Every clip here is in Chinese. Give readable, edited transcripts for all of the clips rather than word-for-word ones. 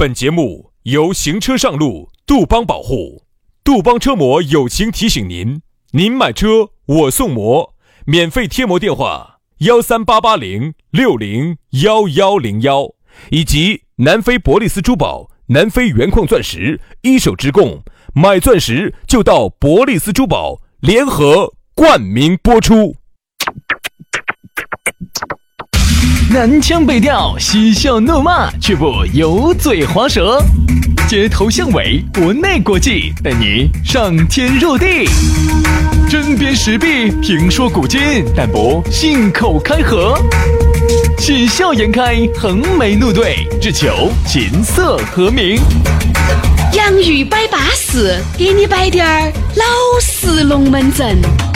本节目由行车上路杜邦保护，杜邦车模友情提醒您：您买车我送模，免费贴膜电话13880601101，以及南非伯利斯珠宝、南非原矿钻石一手直供，买钻石就到伯利斯珠宝，联合冠名播出。 南腔北调，嬉笑怒骂，却不油嘴滑舌，街头巷尾，国内国际，带你上天入地，针砭时弊，评说古今，但不信口开河，喜笑颜开，横眉怒对，只求琴瑟和鸣。 洋芋摆巴士，给你摆点儿老式龙门阵。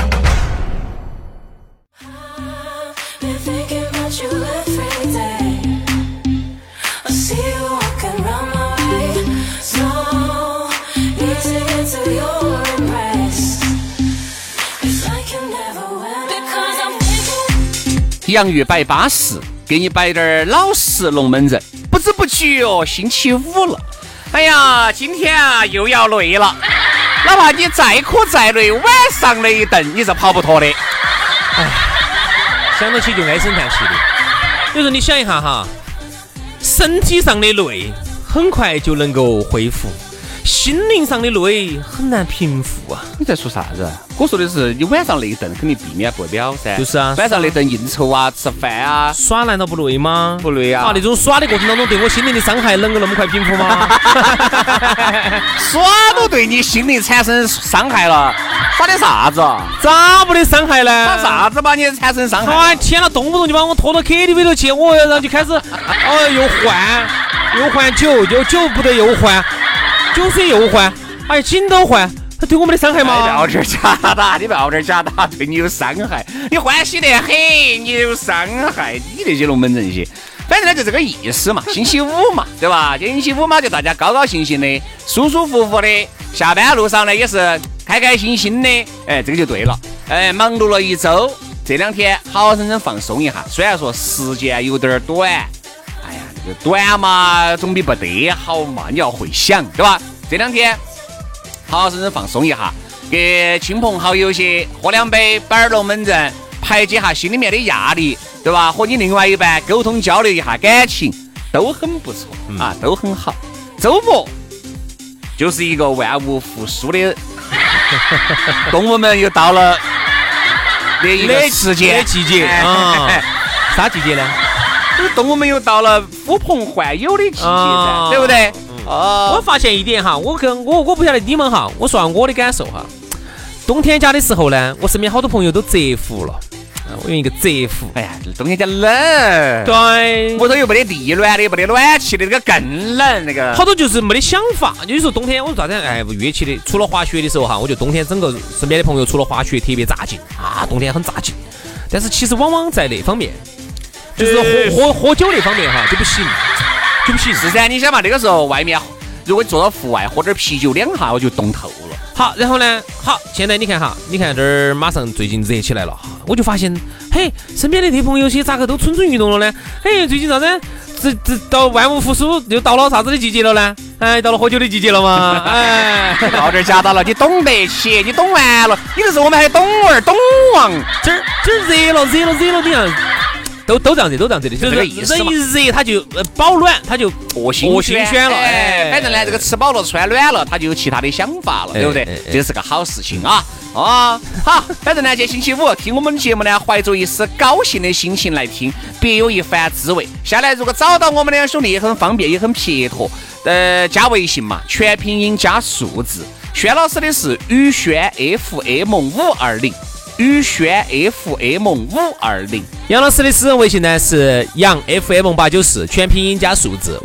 洋芋摆巴士，给你摆点老式龙门阵。不知不觉星期五了，哎呀，今天啊又要累了。哪怕你再苦再累，晚上那一顿你是跑不脱的。 哎，想到起就唉声叹气的。有时候你想一下哈，身体上的累很快就能够恢复，心灵上的累很难平复啊！ 你在说啥子？我说的是你晚上那一顿肯定避免不了噻。 就是啊， 晚上那顿应酬啊、吃饭啊， 耍难道不累吗？ 不累啊！ 那种耍的过程当中对我心灵的伤害能够那么快平复吗？ 耍都对你心灵产生伤害了，耍的啥子？ 咋不得伤害呢？ 耍啥子把你产生伤害？ 哎天哪，动不动就把我拖到 KTV 头去，我然后就开始又换酒不得又换，酒水又换，哎紧都换。他对我们的伤害吗？ 你不要这儿假打，你不要这儿假打，对你有伤害。你欢喜得很，你有伤害，你那些龙门阵些，反正呢就这个意思嘛。星期五嘛，对吧？星期五嘛，就大家高高兴兴的、舒舒服服的，下班路上呢也是开开心心的，哎，这个就对了。忙碌了一周，这两天好好生生放松一下。虽然说时间有点短，哎呀，这个短嘛，总比不得好嘛。你要会想，对吧？这两天好好生生放松一下，给亲朋好友些喝两杯，摆点龙门阵，排解下心里面的压力，对吧？和你另外一半沟通交流一下感情，都很不错啊，都很好。周末就是一个万物复苏的，动物们又到了那一个时间、 那季节啊，啥季节呢？ 动物们又到了呼朋唤友的季节，对不对？ 我发现一点哈，我不晓得你们哈，我说下我的感受哈。冬天家的时候呢，我身边好多朋友都蛰伏了，我用一个蛰伏。 哎呀，冬天家冷， 对， 屋头又没得地暖的，没得暖气的，那个更冷。那个好多就是没得想法。有时候冬天我说啥子乐器的，除了滑雪的时候哈，我觉得冬天整个身边的朋友除了滑雪特别扎劲啊，冬天很扎劲。但是其实往往在那方面，就是喝酒那方面哈就不行。 是噻，你想嘛，那个时候外面如果坐到户外喝点啤酒2下，我就冻透了。 好，然后呢，好，现在你看哈，你看这儿马上最近热起来了，我就发现，嘿，身边的这些朋友些咋个都蠢蠢欲动了呢？嘿，最近啥子？这到万物复苏，又到了啥子的季节了呢？哎，到了喝酒的季节了吗？哎， 到这儿夹到了，你懂得起，你懂完了，你那时候我们还懂儿懂王， 这儿热了，你看。都这样子的，就是这个意思嘛。 人一热，他就保暖，他就恶心选了。哎，反正呢，这个吃饱了穿暖了，他就有其他的想法了，对不对？这是个好事情啊！好，反正呢，这星期五听我们节目呢，怀着一丝高兴的心情来听，别有一番滋味。下来如果找到我们两兄弟也很方便，也很撇脱。加微信嘛，全拼音加数字。轩老师的是宇轩 FM520。宇轩 FM520， 杨老师的私人微信呢是杨 FM894，全拼音加数字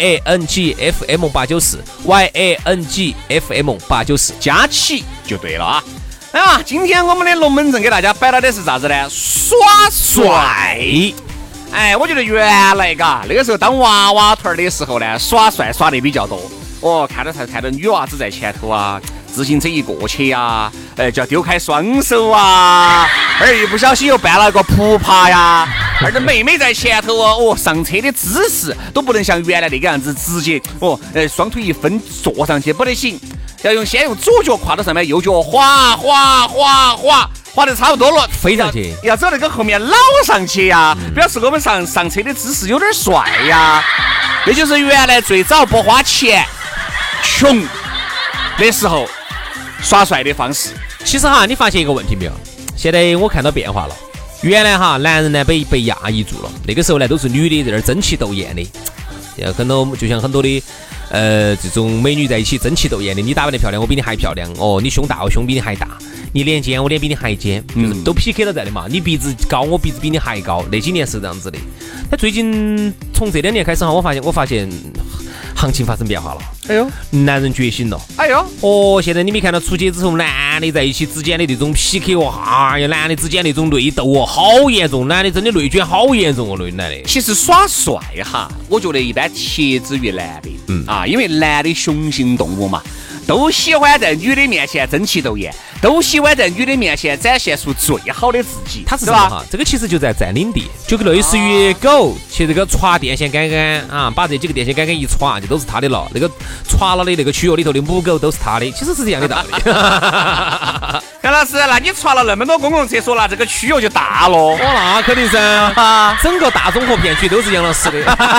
YANGFM894，YANGFM894， 加起就对了啊！哎呀，今天我们的龙门阵给大家摆到的是啥子呢？耍帅！哎，我觉得原来那个时候当娃娃头的时候呢，耍帅耍的比较多。看到女娃子在前头啊。自行车一过去呀，就要丢开双手啊，而一不小心又绊了个扑爬呀， 而且妹妹在前头哦，上车的姿势都不能像原来那个样子，直接双腿一分坐上去不得行，要先用左脚跨到上面，右脚滑得差不多了， 飞上去， 要走那个后面捞上去呀，表示我们上车的姿势有点帅呀。那就是原来最早不花钱、穷的时候耍帅的方式。 其实哈，你发现一个问题没有？现在我看到变化了。原来哈，男人呢被压抑住了，那个时候呢都是女的在那儿争奇斗艳的，很多就像很多的这种美女在一起争奇斗艳的，你打扮的漂亮，我比你还漂亮哦，你胸大我胸比你还大，你脸尖我脸比你还尖，就是都 PK 了在的嘛，你鼻子高我鼻子比你还高，那几年是这样子的。但最近从这2年开始哈，我发现行情发生变化了。哎呦，男人觉醒了。 哎呦， 哦，现在你没看到出街之后，男的在一起之间的那种 PK 哎呀，男的之间那种内斗好严重，男的真的内卷好严重男的。 其实耍帅哈，我觉得一般贴之于男的，因为男的雄性动物嘛，都喜欢在女的面前争奇斗艳，都喜欢在女的面前展现出最好的自己。 他是什么哈？这个其实就在占领地，就类似于狗去这个歘电线杆杆啊，把这几个电线杆杆一歘，就都是他的了。那个歘了的那个区域里头的母狗都是他的，其实是这样的道理。 杨老师，那你歘了那么多公共厕所，那这个区域就大了。 那肯定噻，整个大中和片区都是杨老师的。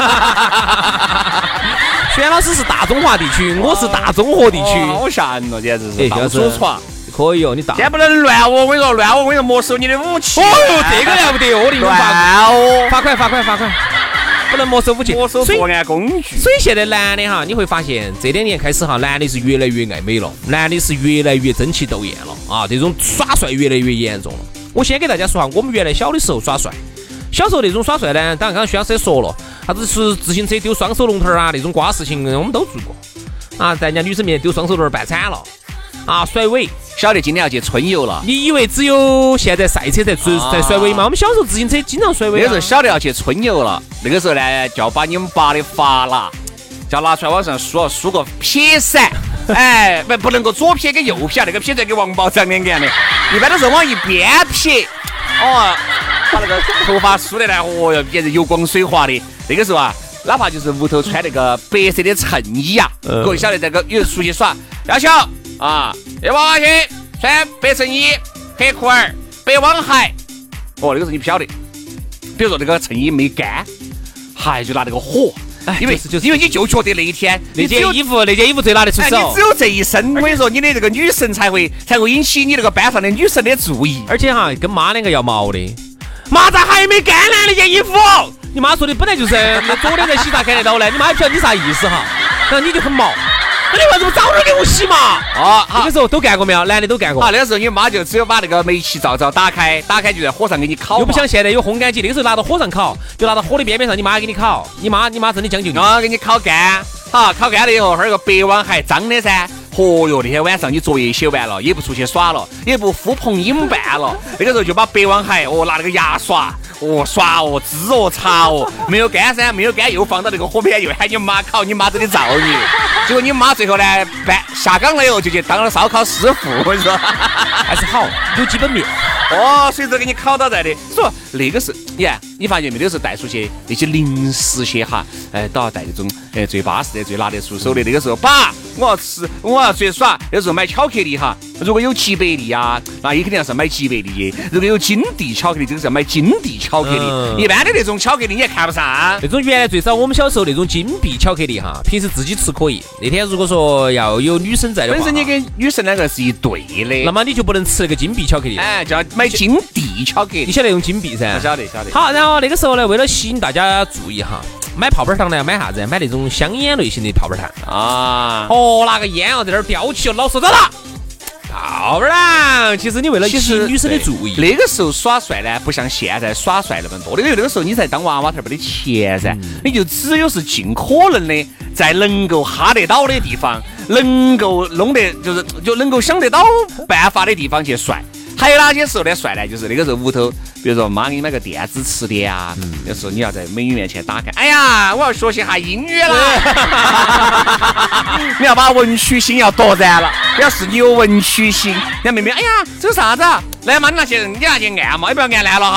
轩老师是大中华地区，我是大中和地区。 好吓人了，简直是到处歘。 可以哦，你大。 先不能乱我跟你说，没收你的武器。 哦哟，这个要不得，我的罚款，不能没收武器， 没收作案工具。 所以现在男的哈，你会发现这2年开始哈，男的是越来越爱美了，男的是越来越争奇斗艳了啊，这种耍帅越来越严重了。我先给大家说哈，我们原来小的时候耍帅，小时候那种耍帅呢，当然刚刚徐老师也说了，啥子是自行车丢双手龙头啊，那种瓜事情我们都做过啊，在人家女生面前丢双手龙办惨了啊，甩尾。 晓得今天要去春游了， 你以为只有现在赛车在甩尾吗？我们小时候自行车经常甩尾。 那个时候晓得要去春游了，那个时候呢，就要把你们爸的发蜡，就要拿出来往上梳个撇伞，哎，不能够左撇跟右撇，那个撇在给王宝长脸脸的，一般都是往一边撇，把那个头发梳的呢，简直油光水滑的。那个时候啊，哪怕就是屋头穿那个白色的衬衣啊，各位晓得这个有出去耍，要求啊，要娃娃去穿白衬衣、黑裤儿、白网鞋。那个时候你不晓得，比如说那个衬衣没干，还就拿那个火。因为你就觉得那一天那件衣服最拿得出手， 你只有这一身，我跟你说，你的这个女神才会引起你那个班上的女神的注意。 而且哈，跟妈2个要毛的，妈咋还没干呢？那件衣服，你妈说的本来就是那昨天在洗咋看得到呢？你妈也不晓得你啥意思哈，然后你就很毛。那你为什么早点给我洗嘛？那个时候都干过没有？男的都干过。 那个时候你妈就只有把那个煤气灶打开就在火上给你烤。 又不像现在有烘干机，那个时候拿到火上烤，就拿到火的边边上，你妈给你烤。你妈真的讲究。 给你烤干，好，烤干了以后，那个白网还脏的噻。那天晚上你作业写完了，也不出去耍了，也不呼朋引伴了，那个时候就把白网鞋拿那个牙刷刷滋擦没有干噻，没有干又放到那个火边，又喊你妈烤，你妈真的造你。结果你妈最后呢下岗了以后就去当了烧烤师傅，我跟你说还是好有基本面。 随时给你烤到在的。所以那个是你发现没？那个时候带出去那些零食些哈，都要带那种最巴适的、最拿得出手的。那个时候爸，我要吃，我要出去耍，有时候买巧克力哈。如果有吉百利啊，那也肯定要是买吉百利；如果有金地巧克力，这个是要买金地巧克力。一般的那种巧克力你也看不上。 那种原来最早我们小时候那种金币巧克力哈，平时自己吃可以。那天如果说要有女生在的话， 本身你跟女生2个是一对的， 那么你就不能吃那个金币巧克力， 就要买金地巧克力。 你晓得用金币噻？ 晓得。 好，然后那个时候呢，为了吸引大家注意哈，买泡泡糖呢，买啥子？买那种香烟类型的泡泡糖啊。拿个烟在那儿叼起，老说走了。泡泡糖，其实你为了吸引女生的注意。 那个时候耍帅呢，不像现在耍帅那么多。因为那个时候你在当娃娃头没得钱噻，你就只有是尽可能的在能够哈得到的地方，能够弄得就能够想得到办法的地方去帅。还有哪些时候的帅呢？就是那个时候屋头，比如说妈给你买个电子词典啊，有时候你要在美女面前打开，哎呀，我要学习下英语了，你要把文曲星要夺燃了，表示你有文曲星。人家妹妹，哎呀，这是啥子？来嘛，你拿去按嘛，也不要按烂了哈。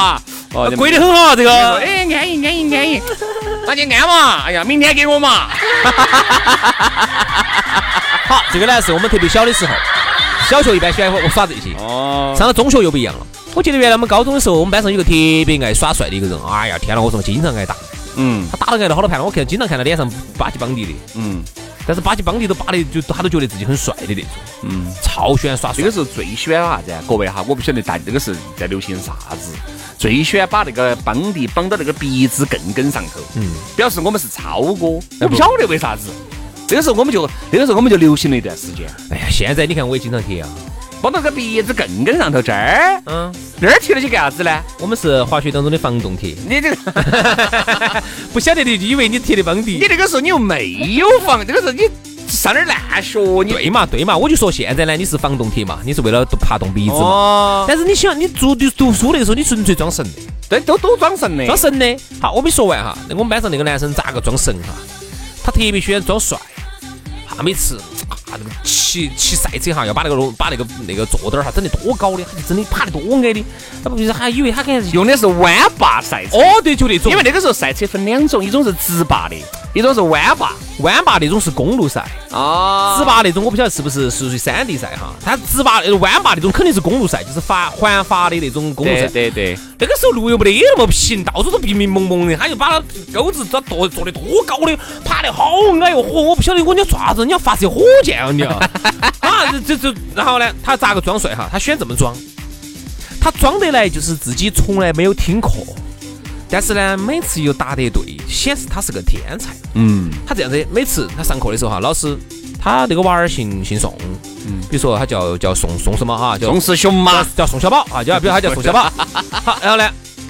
贵得很哈，这个。 哎，安逸，那就安嘛。哎呀，明天给我嘛。 好，这个呢是我们特别小的时候，小学一般喜欢我耍这些。上了中学又不一样了。我记得原来我们高中的时候，我们班上有个特别爱耍帅的一个人。哎呀，天哪，我说经常挨打。他打了挨了好多盘了，我经常看他脸上巴基邦迪的。但是巴基邦迪都打的就他都觉得自己很帅的那种。超喜欢耍帅。 这个时候最喜欢啥子？各位哈，我不晓得这个是在流行啥子。最喜欢把那个邦迪绑到那个鼻子根上头，表示我们是超哥。我不晓得为啥子。那个时候我们就流行了一段时间。 哎呀，现在你看我也经常贴啊， 绑到个鼻子根上头这儿，那儿贴了去干啥子呢？ 我们是滑雪当中的防冻贴。 你这个不晓得的，以为你贴的邦迪。 你那个时候你又没有防，这个时候你上点烂雪，你对嘛，我就说现在呢，你是防冻贴嘛，你是为了怕冻鼻子嘛。但是你想，你读书的时候，你纯粹装神的， 对，都装神的， 装神的。好，我没说完哈，我们班上那个男生咋个装神哈？他特别喜欢装帅。每次那个骑赛车哈，要把那个坐垫哈整得多高的，他就真的爬得多矮的，他不是还以为他肯定用的是弯把赛车。 对，就那种。 因为那个时候赛车分两种，一种是直把的，一种是弯把。 弯把那种是公路赛直把那种我不晓得是不是属于山地赛哈。他直把弯把那种肯定是公路赛，就是环法的那种公路赛。 对。 那个时候路又没得那么平，到处都迷迷蒙蒙的，他就把钩子做得多高的，爬得好矮哟！我不晓得你要抓子，你要发射火箭啊你啊！然后呢，他咋个装帅哈？他喜欢这么装，他装得来就是自己从来没有听课。但是呢，每次又答得对，显示他是个天才。他这样子，每次他上课的时候哈，老师他那个娃儿姓宋，比如说他叫宋什么哈，叫宋师兄嘛， 叫宋小宝啊，比如他叫宋小宝。好，然后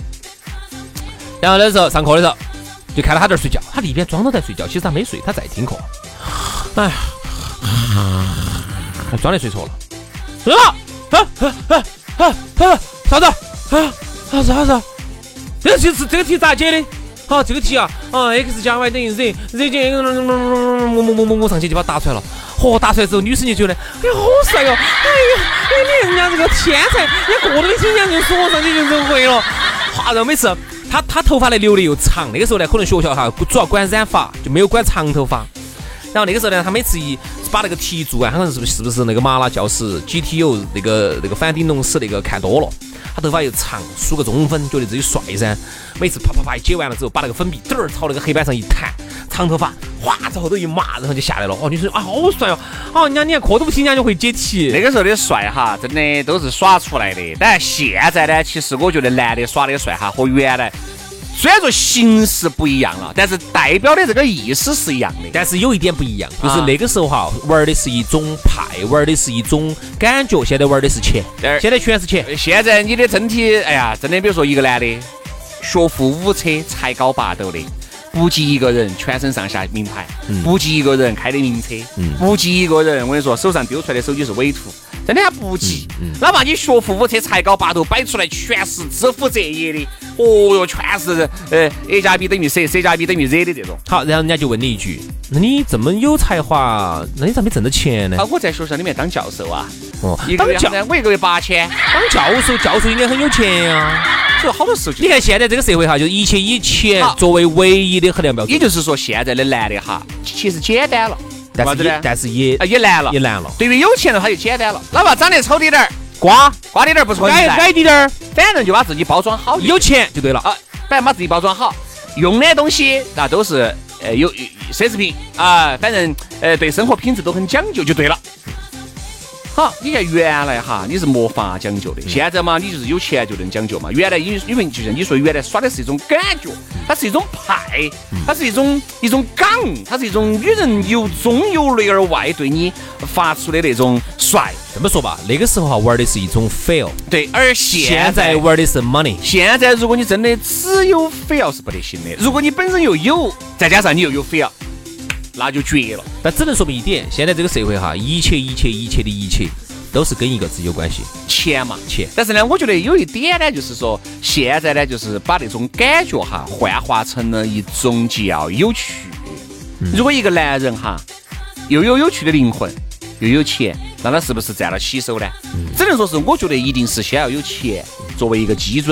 那时候上课的时候，就看到他在睡觉，他一边装都在睡觉，其实他没睡，他在听课。哎呀，他装的睡错了，睡了，啥子？啥子？这个题咋解的？好，这个题啊，x 加 y 等于 z 减么上去就把它答出来了。答出来之后，女生就觉得，哎呀，好帅哟！哎呀，人家这个天才，人家个都没听讲就说上去就会了。然后每次他头发呢留的又长，那个时候呢，可能学校哈主要管染发，就没有管长头发。然后那个时候呢，他每次把那个题做完，好像是不是那个麻辣教师 GTO 那个反町隆史那个看多了。他头发又长，数个中分，觉得自己帅噻。每次啪一解完了之后，把那个粉笔朝那个黑板上一弹，长头发哗在后头一抹，然后就下来了。女生啊，好帅哦！人家你看课都不听，人家就会解题。 那个时候的帅哈，真的都是耍出来的。但现在呢，其实我觉得男的耍的帅哈，和原来虽然说形式不一样了，但是代表的这个意思是一样的。 但是有一点不一样，就是那个时候哈，玩的是一种派，玩的是一种感觉，现在玩的是钱，现在全是钱。 现在你的整体，哎呀，真的，比如说一个男的学富五车，才高八斗的，不及一个人全身上下名牌，不及一个人开的名车，不及一个人我跟你说手上丢出来的手机是伪图，真的还不及。哪怕你学富五车，才高八斗，摆出来全是知乎者也的。全是A 加 B 等于 C 加 B 等于 Z 的这种。 好，然后人家就问你一句，那你这么有才华，那你咋没挣到钱呢？ 我在学校里面当教授啊，我一个月8000。 当教授应该很有钱呀， 所以好多时候你看现在这个社会哈，就一切以钱作为唯一的衡量标准。 也就是说，现在的男的哈，其实简单了， 但是也难了， 也难了。 对于有钱的他就简单了，哪怕长得丑滴点儿。瓜滴点儿不是矮滴点儿， 反正就把自己包装好， 有钱就对了啊！ 反正把自己包装好，用的东西那都是有奢侈品啊，反正对生活品质都很讲究就对了。好，你看原来哈你是没法讲究的，现在嘛你就是有钱就能讲究嘛。原来因为就像你说，原来耍的是一种感觉，它是一种派，它是一种港，它是一种女人由衷由内而外对你发出的那种帅。 这么说吧，那个时候哈玩的是一种 feel， 对，而现在玩的是 money。 现在如果你真的只有 feel 是不得行的，如果你本身又有，再加上你又有 feel，那就绝了。 但只能说明一点，现在这个社会哈，一切的一切都是跟一个字有关系， 钱嘛， 钱。 但是呢，我觉得有一点呢，就是说现在呢，就是把那种感觉哈幻化成了一种叫有趣。如果一个男人哈又有有趣的灵魂，又有钱，那他是不是占了起手呢？只能说是，我觉得一定是先要有钱作为一个基准。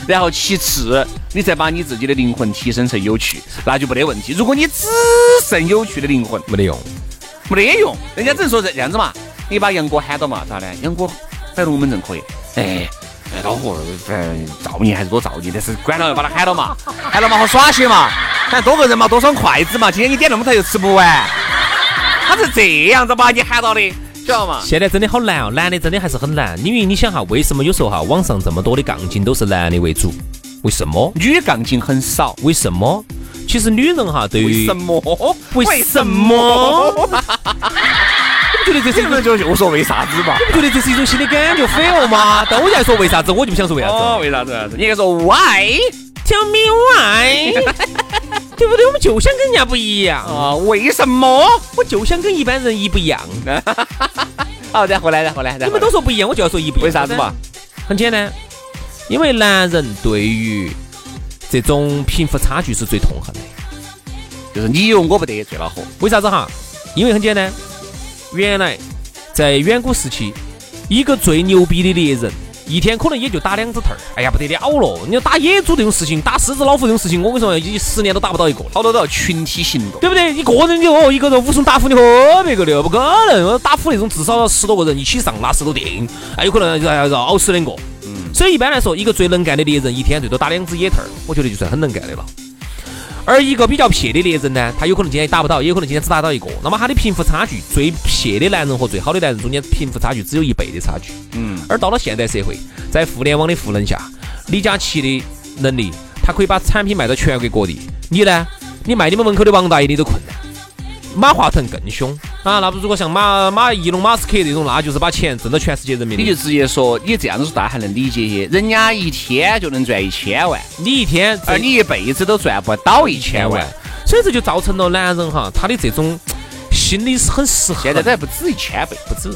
然后其次你再把你自己的灵魂提升成有趣，那就没得问题。如果你只剩有趣的灵魂， 没得用， 没得用。人家只能说这样子嘛，你把杨哥喊到嘛，咋的？杨哥摆龙门阵可以，老虎造孽还是多造孽，但是管了要把他喊到嘛，喊到嘛好耍些嘛，反正多个人嘛，多双筷子嘛，今天你点那么多又吃不完，他是这样子把你喊到的，知道吗？ 现在真的好难哦，男的真的还是很难，因为你想哈，为什么有时候哈，网上这么多的杠精都是男的为主？为什么？ 女杠精很少， 为什么？其实女人哈，对于为什么？ 为什么？你不觉得这是一种就我说为啥子嘛？ 你不觉得这是一种新的感觉 feel 吗？但我在说为啥子，我就不想说为啥子。 为啥子？你应该说 why？Tell me why？ 对不对？我们就想跟人家不一样啊！为什么？ 我就想跟一般人不一样。 好，再回来。 你们都说不一样，我就要说一不一样。 为啥子嘛？ 很简单，因为男人对于这种贫富差距是最痛恨的， 就是你有我不得最恼火。 为啥子哈？因为很简单，原来在远古时期，一个最牛逼的猎人，一天可能也就打2只兔儿，哎呀不得了了！你要打野猪这种事情，打狮子老虎这种事情，我跟你说，10年都打不到一个， 好多都要群体行动， 对不对？一个人一个人武松打虎，你喝别个的，不可能！打虎那种至少要10多个人一起上拿石头钉，有可能要熬死2个。所以一般来说，一个最能干的猎人，一天最多打2只野兔儿，我觉得就算很能干的了。而一个比较撇的猎人呢，他有可能今天打不到，也有可能今天只打到一个，那么他的贫富差距，最撇的男人和最好的男人中间贫富差距只有1倍的差距。而到了现代社会，在互联网的赋能下，李佳琦的能力，他可以把产品卖到全国各地。你呢？你卖你们门口的王大爷你都困难。马化腾更凶啊！那不如果像伊隆马斯克这种，那就是把钱挣到全世界人民。 你就直接说，你这样子说大家还能理解些。人家一天就能赚1000万， 你一天， 而你一辈子都赚不到1000万， 所以这就造成了男人哈，他的这种心理是很失衡。 现在都还不止1000倍，不止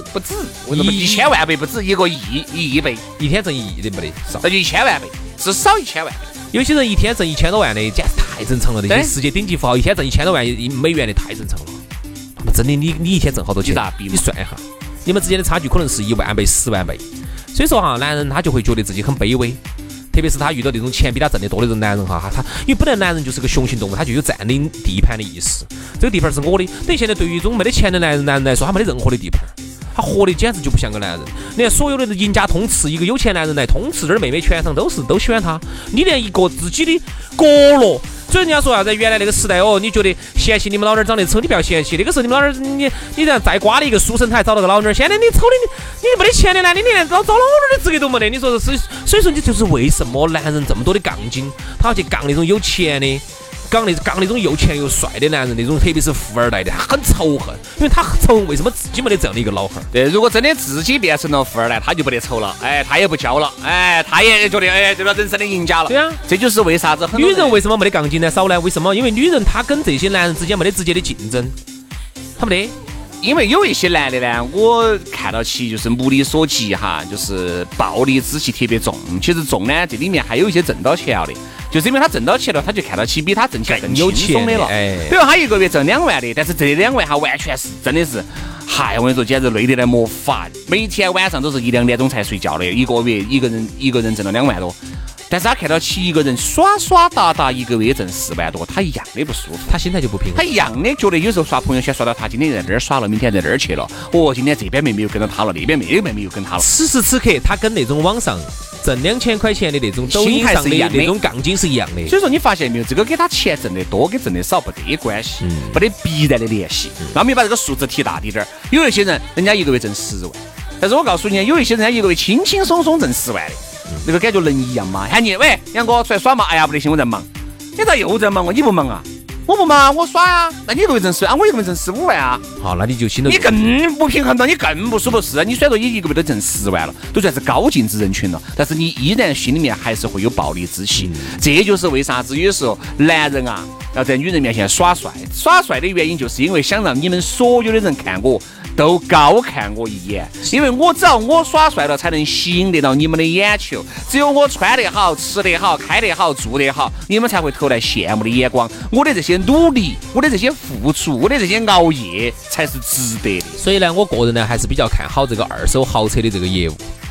，1000万倍不止，1个亿倍， 一天挣1亿的没得少， 那就1000万倍，至少1000万倍。 有些人一天挣1000多万的，简直太正常了。那些世界顶级富豪一天挣1000多万美元的，太正常了。那么真的，你一天挣好多钱？你算一下，你们之间的差距可能是1万倍、10万倍。所以说哈，男人他就会觉得自己很卑微，特别是他遇到那种钱比他挣得多的人，男人哈，他因为本来男人就是个雄性动物，他就有占领地盘的意识。这个地盘是我的，等于现在对于一种没得钱的男人来说，他没得任何的地盘。他活的简直就不像个男人。你看所有的赢家通吃，一个有钱男人来通吃，这儿妹妹全场都喜欢他。你连一个自己的角落，所以人家说啥子？原来那个时代哦，你觉得嫌弃你们老娘长得丑，你不要嫌弃。那个时候你们老娘你这样再刮了一个书生，还找了个老娘。现在你丑的你没得钱的男的，你连找老娘的资格都没得。你说是，所以说你就是为什么男人这么多的杠精，他要去杠那种有钱的。杠那种又钱又帅的男人，那种特别是富二代的，他很仇恨，因为他仇恨为什么自己没得这样的一个老汉儿。 对，如果真的自己变成了富二代，他就不得仇了，他也不骄了，他也觉得这个人生的赢家了。 对啊， 这就是为啥子很多女人为什么没得杠精呢？少呢？为什么？因为女人她跟这些男人之间没得直接的竞争，他没得。 因为有一些男的呢，我看到起就是目力所及哈，就是暴力之气特别重。其实重呢，这里面还有一些挣到钱了的，就是因为他挣到钱了，他就看到起比他挣钱更轻松的了。比如他一个月挣2万的，但是这2万哈完全是真的是，我跟你说，简直累得来没法。每天晚上都是1-2点钟才睡觉的，一个月一个人挣了2万多。但是他看到起一个人耍打打一个月挣4万多，他一样的不舒服， 他心态就不平衡， 他一样的觉得有时候刷朋友圈刷到他今天在这儿耍了，明天在这儿去了，今天这边妹妹又跟到他了，那边妹妹又跟他了。 此时此刻他跟那种网上挣2000块钱的那种抖音上的那种杠精是一样的。 所以说你发现没有，这个跟他钱挣得多跟挣得少不得关系，没得必然的联系。那我们把这个数字提大滴点儿，有一些人人家一个月挣10万，但是我告诉你，有一些人家一个月轻轻松松挣10万的。那个感觉能一样吗？喊你喂杨哥出来耍嘛？哎呀不得行，我在忙。你咋又在忙我？你不忙啊？我不忙，我耍啊。那你一个月挣10万，我一个月挣15万啊。 好，那你就心头你更不平衡了，你更不舒服是啊。你虽然说你一个月都挣10万了，都算是高净值人群了，但是你依然心里面还是会有暴力之气。这就是为啥子有时候男人啊要在女人面前耍帅的原因，就是因为想让你们所有的人看我都高看我一眼，因为只要我耍帅了，才能吸引得到你们的眼球。只有我穿得好、吃得好、开得好、住得好，你们才会投来羡慕的眼光。我的这些努力，我的这些付出，我的这些熬夜，才是值得的。 所以呢，我个人呢还是比较看好这个2手豪车的这个业务。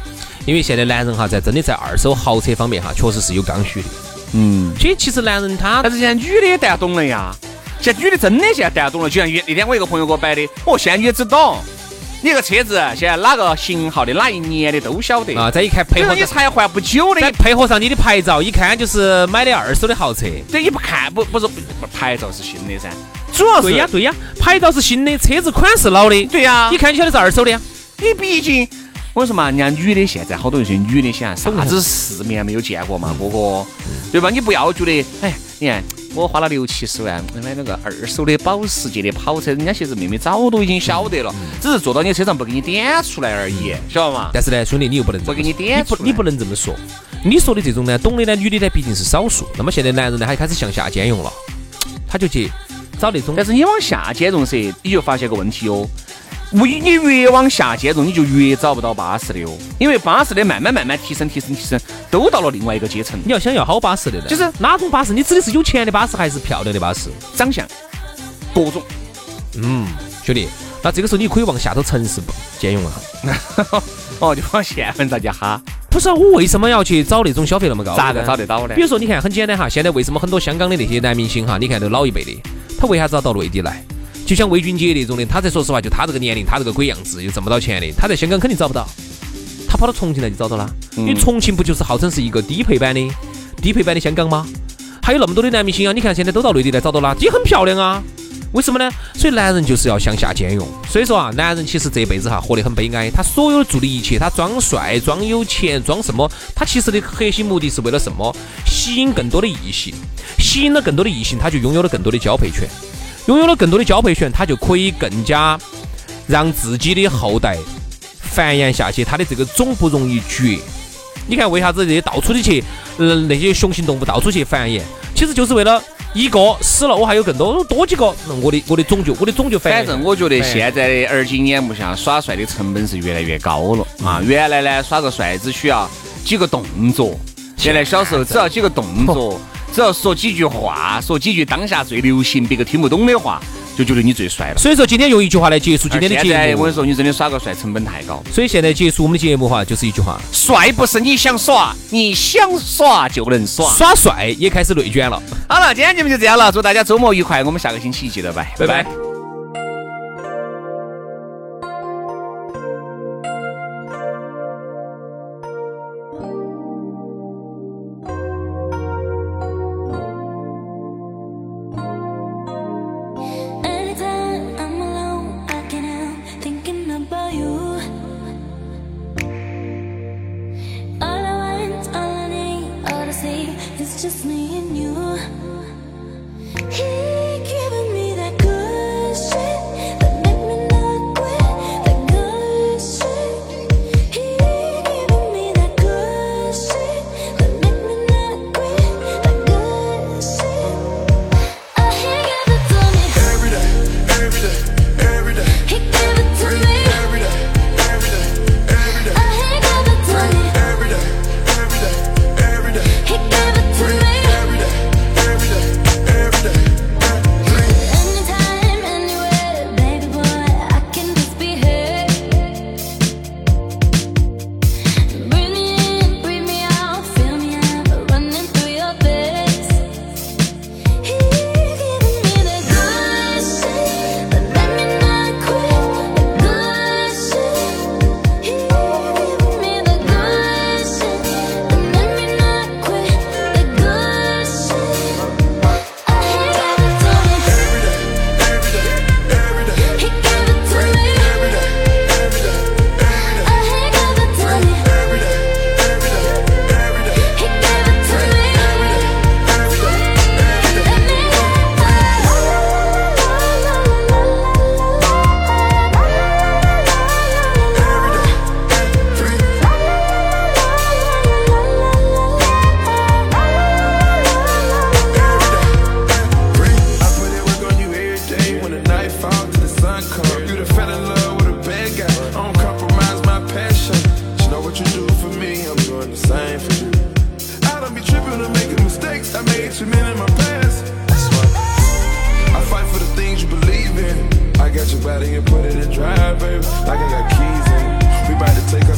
因为现在男人哈，真的在二手豪车方面哈，确实是有刚需的。其实男人他， 但是现在女的也蛋懂了呀，现在女的真的现在蛋懂了。就像那天我一个朋友给我摆的，现在女的只懂。你个车子现在哪个型号的哪一年的都晓得啊！再一看配合你才换不久的， 再配合上你的牌照，一看就是买的二手的豪车。 这一不看不是牌照是新的噻，主要是对呀，牌照是新的，车子款是老的。 对呀， 一看就晓得是二手的呀。 你毕竟我说嘛，人家女的现在好多一些女的想啥子世面没有见过嘛，哥哥，对吧？你不要觉得你看。我花了60-70万买那个二手的保时捷的跑车，人家其实妹妹早都已经晓得了，只是坐到你车上不给你点出来而已，晓得吗？ 但是呢，兄弟，你又不能不给你点出来， 你不能这么说。你说的这种呢，懂的呢，女的呢，毕竟是少数。那么现在男人呢，还开始向下兼容了，他就去找那种。 但是你往下兼容噻，你就发现个问题哦。你越往下兼容，你就越找不到巴适的哦，因为巴适的慢慢提升，都到了另外一个阶层。 你要想要好巴适的呢， 就是哪种巴适？你指的是有钱的巴适，还是漂亮的巴适？ 长相，各种。 兄弟，那这个时候你可以往下头城市兼容了。 就往县城大家哈。 不是我为什么要去找那种消费那么高？ 咋个找得到呢？ 比如说，你看很简单哈，现在为什么很多香港的那些男明星哈，你看都老一辈的，他为啥子要到内地来？就像魏俊杰那种的，他在说实话，就他这个年龄，他这个鬼样子，又挣不到钱的，他在香港肯定找不到，他跑到重庆来就找到了。因为重庆不就是号称是一个低配版的香港吗？还有那么多的男明星啊，你看现在都到内地来找到了，也很漂亮啊。为什么呢？所以男人就是要向下兼容。所以说啊，男人其实这辈子哈活得很悲哀，他所有做的一切，他装帅、装有钱、装什么，他其实的核心目的是为了什么？吸引更多的异性，吸引了更多的异性，他就拥有了更多的交配权。拥有了更多的交配权，他就可以更加让自己的后代繁衍下去，他的这个种不容易绝。你看为啥子这些到处的去那些雄性动物到处去繁衍，其实就是为了一个死了我还有更多几个，我的种就繁衍。 反正我觉得现在的耳今眼目下耍帅的成本是越来越高了啊！原来呢耍个帅只需要几个动作，现在小时候只要几个动作。只要说几句话，说几句当下最流行别个听不懂的话，就觉得你最帅了。 所以说今天用一句话来结束今天的节目。 我跟你说，你真的耍个帅成本太高。 所以现在结束我们的节目哈，就是一句话： 帅不是你想耍，你想耍就能耍。 耍帅也开始内卷了。 好了，今天节目就这样了，祝大家周末愉快，我们下个星期一记得拜拜。 Just me and you. He giving me that good shit that make me not quit. That good shit. He giving me that good shit that make me not quit. That good shit. He give it to me every day. He give it to me every day. He give it to me every day. He give it to me. Body and put it in drive, baby. Like I got keys in it. We about to take a